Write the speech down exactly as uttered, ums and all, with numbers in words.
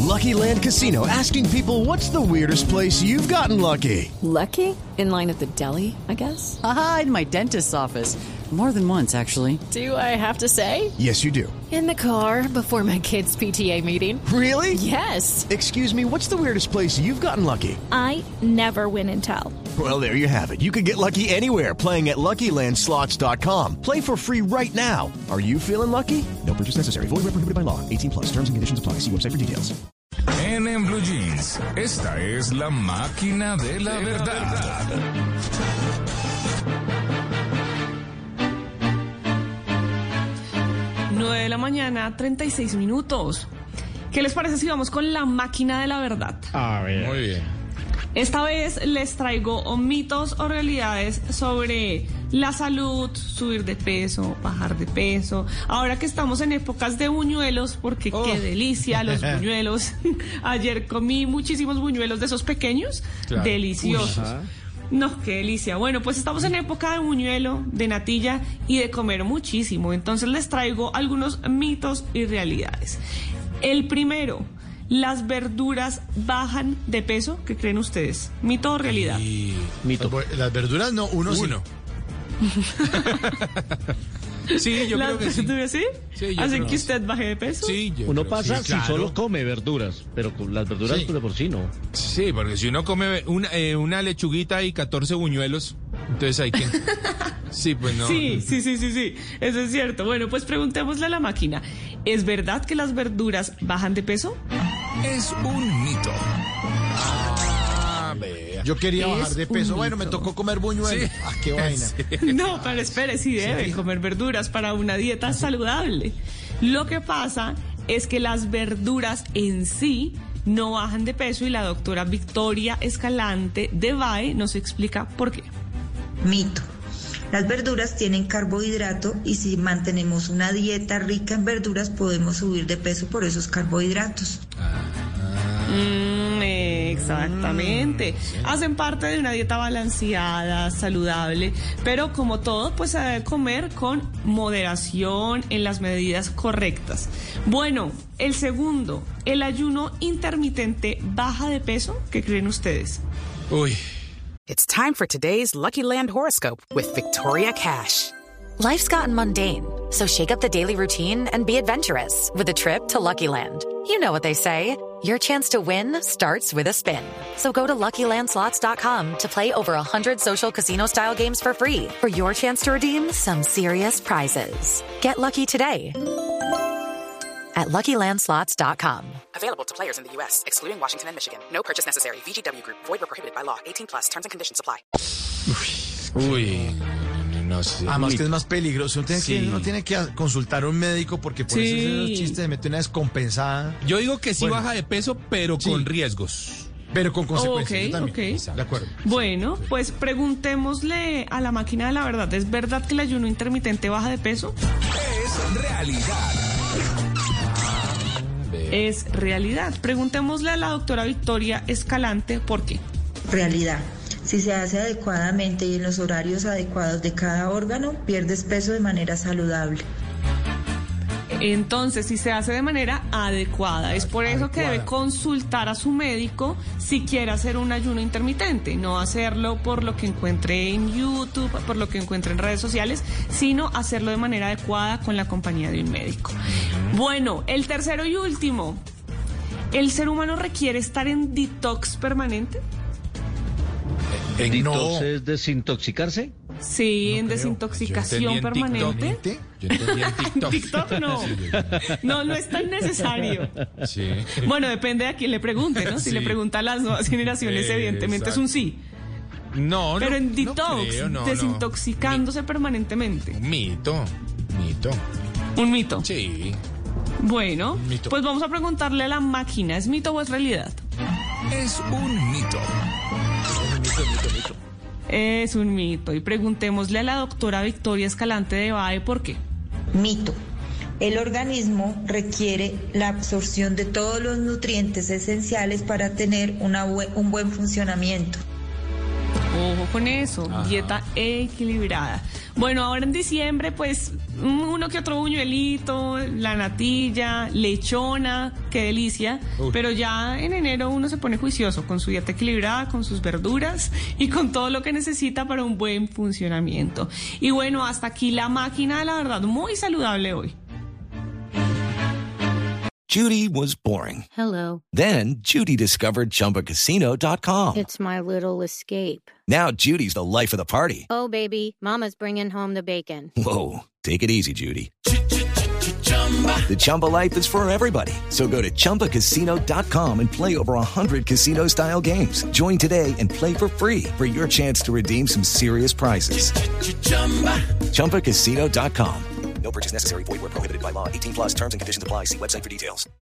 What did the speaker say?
Lucky Land Casino, asking people, what's the weirdest place you've gotten lucky? Lucky? In line at the deli, I guess? Aha, in my dentist's office. More than once, actually. Do I have to say? Yes, you do. In the car before my kids' P T A meeting. Really? Yes. Excuse me, what's the weirdest place you've gotten lucky? I never win and tell. Well, there you have it. You can get lucky anywhere, playing at Lucky Land Slots dot com. Play for free right now. Are you feeling lucky? No purchase necessary. Void where prohibited by law. eighteen plus. Terms and conditions apply. See website for details. En, en Blue Jeans, esta es la máquina de la verdad. nueve de la mañana, treinta y seis minutos. ¿Qué les parece si vamos con la máquina de la verdad? A ver. Muy bien. Esta vez les traigo mitos o realidades sobre la salud, subir de peso, bajar de peso. Ahora que estamos en épocas de buñuelos, porque oh. qué delicia los buñuelos. Ayer comí muchísimos buñuelos de esos pequeños, claro. Deliciosos. Uy, no, qué delicia. Bueno, pues estamos en época de buñuelo, de natilla y de comer muchísimo. Entonces les traigo algunos mitos y realidades. El primero, ¿las verduras bajan de peso? ¿Qué creen ustedes? ¿Mito o realidad? Y... Mito. Las verduras no, uno, uno. Sí. Sí, yo ¿Las creo que sí. verduras sí? Sí, yo ¿Hacen creo. que usted baje de peso? Sí, yo Uno creo. pasa Sí, si claro. solo come verduras, pero con las verduras Sí. pues, de por sí no. Sí, porque si uno come una, eh, una lechuguita y catorce buñuelos, entonces hay que... Sí, pues no. Sí, sí, sí, sí, sí, eso es cierto. Bueno, pues preguntémosle a la máquina. ¿Es verdad que las verduras bajan de peso? Es un mito. Ah, vea. Yo quería Es bajar de peso. un Bueno, me mito. tocó comer buñuelos. Sí. Ah, qué vaina. Sí. No, pero espere, sí deben comer verduras para una dieta saludable. Lo que pasa es que las verduras en sí no bajan de peso y la doctora Victoria Escalante de B A E nos explica por qué. Mito. Las verduras tienen carbohidrato y si mantenemos una dieta rica en verduras podemos subir de peso por esos carbohidratos. Mm, exactamente. Hacen parte de una dieta balanceada, saludable, pero como todo, pues se debe comer con moderación en las medidas correctas. Bueno, el segundo, ¿el ayuno intermitente baja de peso? ¿Qué creen ustedes? Uy. It's time for today's Lucky Land horoscope with Victoria Cash. Life's gotten mundane, so shake up the daily routine and be adventurous with a trip to Lucky Land. You know what they say, your chance to win starts with a spin. So go to Lucky Land Slots dot com to play over one hundred social casino-style games for free for your chance to redeem some serious prizes. Get lucky today at Lucky Land Slots dot com. Available to players in the U S, excluding Washington and Michigan. No purchase necessary. V G W Group. Void or prohibited by law. eighteen plus. Terms and conditions apply. Uy. No sé. Además que es más peligroso. Uno tiene, Sí. que, uno tiene que consultar a un médico porque por Sí. eso esos chistes se mete una descompensada. Yo digo que sí Bueno. baja de peso, pero Sí. con riesgos. Pero con consecuencias. Ok, yo también. ok. De acuerdo. Bueno, pues preguntémosle a la máquina de la verdad. ¿Es verdad que el ayuno intermitente baja de peso? Es realidad. Es realidad. Preguntémosle a la doctora Victoria Escalante por qué. Realidad. Si se hace adecuadamente y en los horarios adecuados de cada órgano, pierdes peso de manera saludable. Entonces, si se hace de manera adecuada, es por eso que debe consultar a su médico si quiere hacer un ayuno intermitente, no hacerlo por lo que encuentre en YouTube, por lo que encuentre en redes sociales, sino hacerlo de manera adecuada con la compañía de un médico. Bueno, el tercero y último, ¿el ser humano requiere estar en detox permanente? Eh, ¿Detox es desintoxicarse? Sí, No en creo. desintoxicación Yo entendí en permanente. TikTok. Yo entendí en TikTok. TikTok no. No, no es tan necesario. Sí. Bueno, depende de a quién le pregunte, ¿no? Si Sí. le pregunta a las nuevas generaciones, Eh, evidentemente es un sí. No, no. Pero en no detox, creo, no, no. desintoxicándose permanentemente. Un mito. Mito. Un mito. Sí. Bueno, Mito. pues vamos a preguntarle a la máquina, ¿es mito o es realidad? Es un mito. Es un mito. Y preguntémosle a la doctora Victoria Escalante de B A E por qué. Mito. El organismo requiere la absorción de todos los nutrientes esenciales para tener una bue- un buen funcionamiento. Ojo con eso, Ajá. dieta equilibrada. Bueno, ahora en diciembre, pues, uno que otro buñuelito, la natilla, lechona, qué delicia. Uy. Pero ya en enero uno se pone juicioso con su dieta equilibrada, con sus verduras y con todo lo que necesita para un buen funcionamiento. Y bueno, hasta aquí la máquina, la verdad, muy saludable hoy. Judy was boring. Hello. Then Judy discovered Chumba Casino dot com. It's my little escape. Now Judy's the life of the party. Oh, baby, mama's bringing home the bacon. Whoa, take it easy, Judy. The Chumba life is for everybody. So go to Chumba Casino dot com and play over one hundred casino-style games. Join today and play for free for your chance to redeem some serious prizes. Chumba Casino dot com. No purchase necessary. Void where prohibited by law. eighteen plus terms and conditions apply. See website for details.